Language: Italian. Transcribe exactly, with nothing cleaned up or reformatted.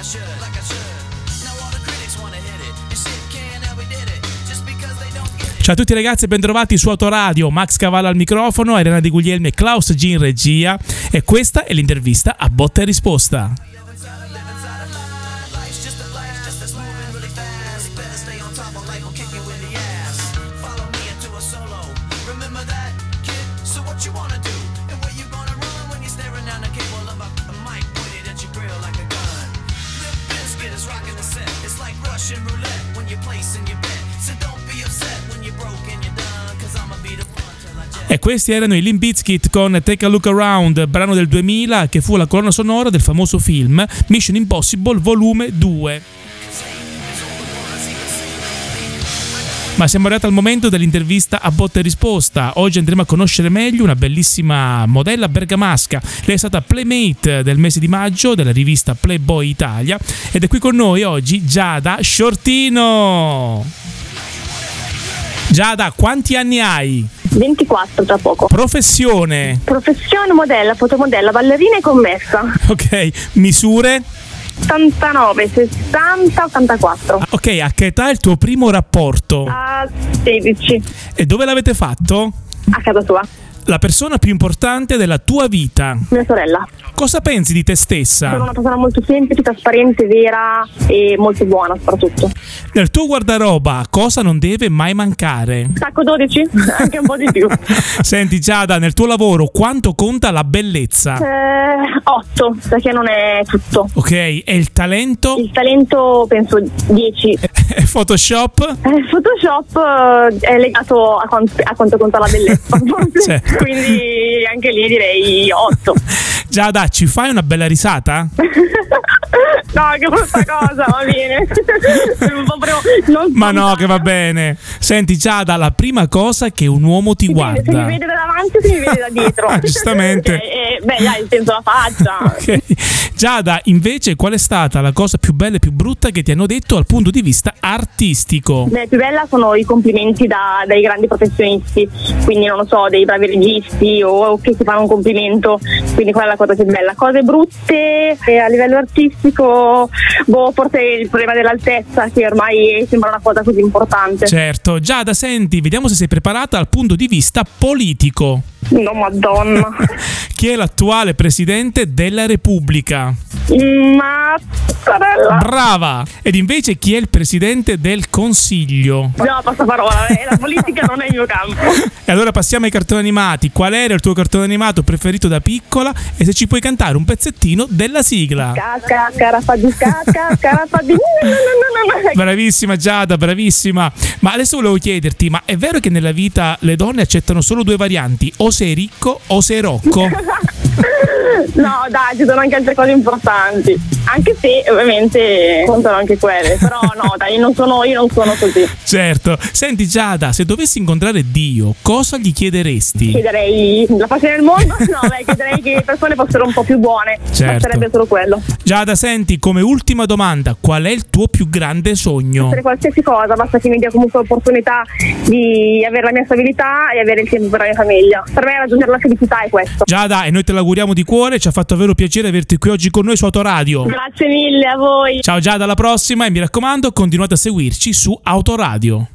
Ciao a tutti ragazzi e bentrovati su Autoradio, Max Cavallo al microfono, Elena Di Guglielmi e Klaus G in regia e questa è l'intervista a botta e risposta. E questi erano i Limp Bizkit con Take a Look Around, brano del duemila che fu la colonna sonora del famoso film Mission Impossible Volume due. Ma siamo arrivati al momento dell'intervista a botta e risposta. Oggi andremo a conoscere meglio una bellissima modella bergamasca. Lei è stata Playmate del mese di maggio della rivista Playboy Italia ed è qui con noi oggi Giada Shortino. Giada, quanti anni hai? ventiquattro tra poco. Professione? Professione modella, fotomodella, ballerina e commessa. Ok, misure? ottantanove, sessanta, ottantaquattro. Ok, a che età è il tuo primo rapporto? A sedici. E dove l'avete fatto? A casa tua. La persona più importante della tua vita? Mia sorella. Cosa pensi di te stessa? Sono una persona molto semplice, trasparente, vera e molto buona soprattutto. Nel tuo guardaroba cosa non deve mai mancare? Sacco dodici? Anche un po' di più. Senti Giada, nel tuo lavoro quanto conta la bellezza? Eh, otto, perché non è tutto. Ok, e il talento? Il talento penso dieci. E Photoshop? Eh, Photoshop eh, è legato a quanto, a quanto conta la bellezza. Certo. Quindi anche lì direi otto. Giada, ci fai una bella risata? No, che brutta cosa, va bene. Proprio non Ma no, che va bene. Senti Giada, la prima cosa che un uomo ti Dipende, guarda. se mi vede da davanti o se mi vede da dietro. Ah, giustamente. Okay, eh, beh, dai, penso la faccia. Ok. Giada, invece qual è stata la cosa più bella e più brutta che ti hanno detto dal punto di vista artistico? Beh, più bella sono i complimenti da, dai grandi professionisti, quindi non lo so, dei bravi registi o, o che ti fanno un complimento, quindi quella è la cosa più bella. Cose brutte eh, a livello artistico, boh, forse il problema dell'altezza, che ormai sembra una cosa così importante. Certo. Giada, senti, vediamo se sei preparata dal punto di vista politico. No, madonna. Chi è l'attuale presidente della Repubblica? Ma sorella. Brava! Ed invece chi è il presidente del Consiglio? No, passaparola, eh, la politica non è il mio campo. E allora passiamo ai cartoni animati. Qual era il tuo cartone animato preferito da piccola? E se ci puoi cantare un pezzettino della sigla. Cacca, carafa di cacca, carafa di... Bravissima Giada, bravissima. Ma adesso volevo chiederti, ma è vero che nella vita le donne accettano solo due varianti? O sei ricco o sei Rocco? No, dai, ci sono anche altre cose importanti. Anche se ovviamente contano anche quelle. Però no, dai, io non sono, io non sono così. Certo. Senti Giada, se dovessi incontrare Dio, cosa gli chiederesti? Chiederei la pace del mondo? No, beh, chiederei che le persone fossero un po' più buone. Certo. Sarebbe solo quello. Giada, senti, come ultima domanda, qual è il tuo più grande sogno? Fare qualsiasi cosa, basta che mi dia comunque l'opportunità di avere la mia stabilità e avere il tempo per la mia famiglia. Per me raggiungere la felicità è questo. Giada, e noi te l'auguriamo di cuore, ci ha fatto davvero piacere averti qui oggi con noi su Autoradio. Grazie mille a voi. Ciao Giada, alla prossima e mi raccomando continuate a seguirci su Autoradio.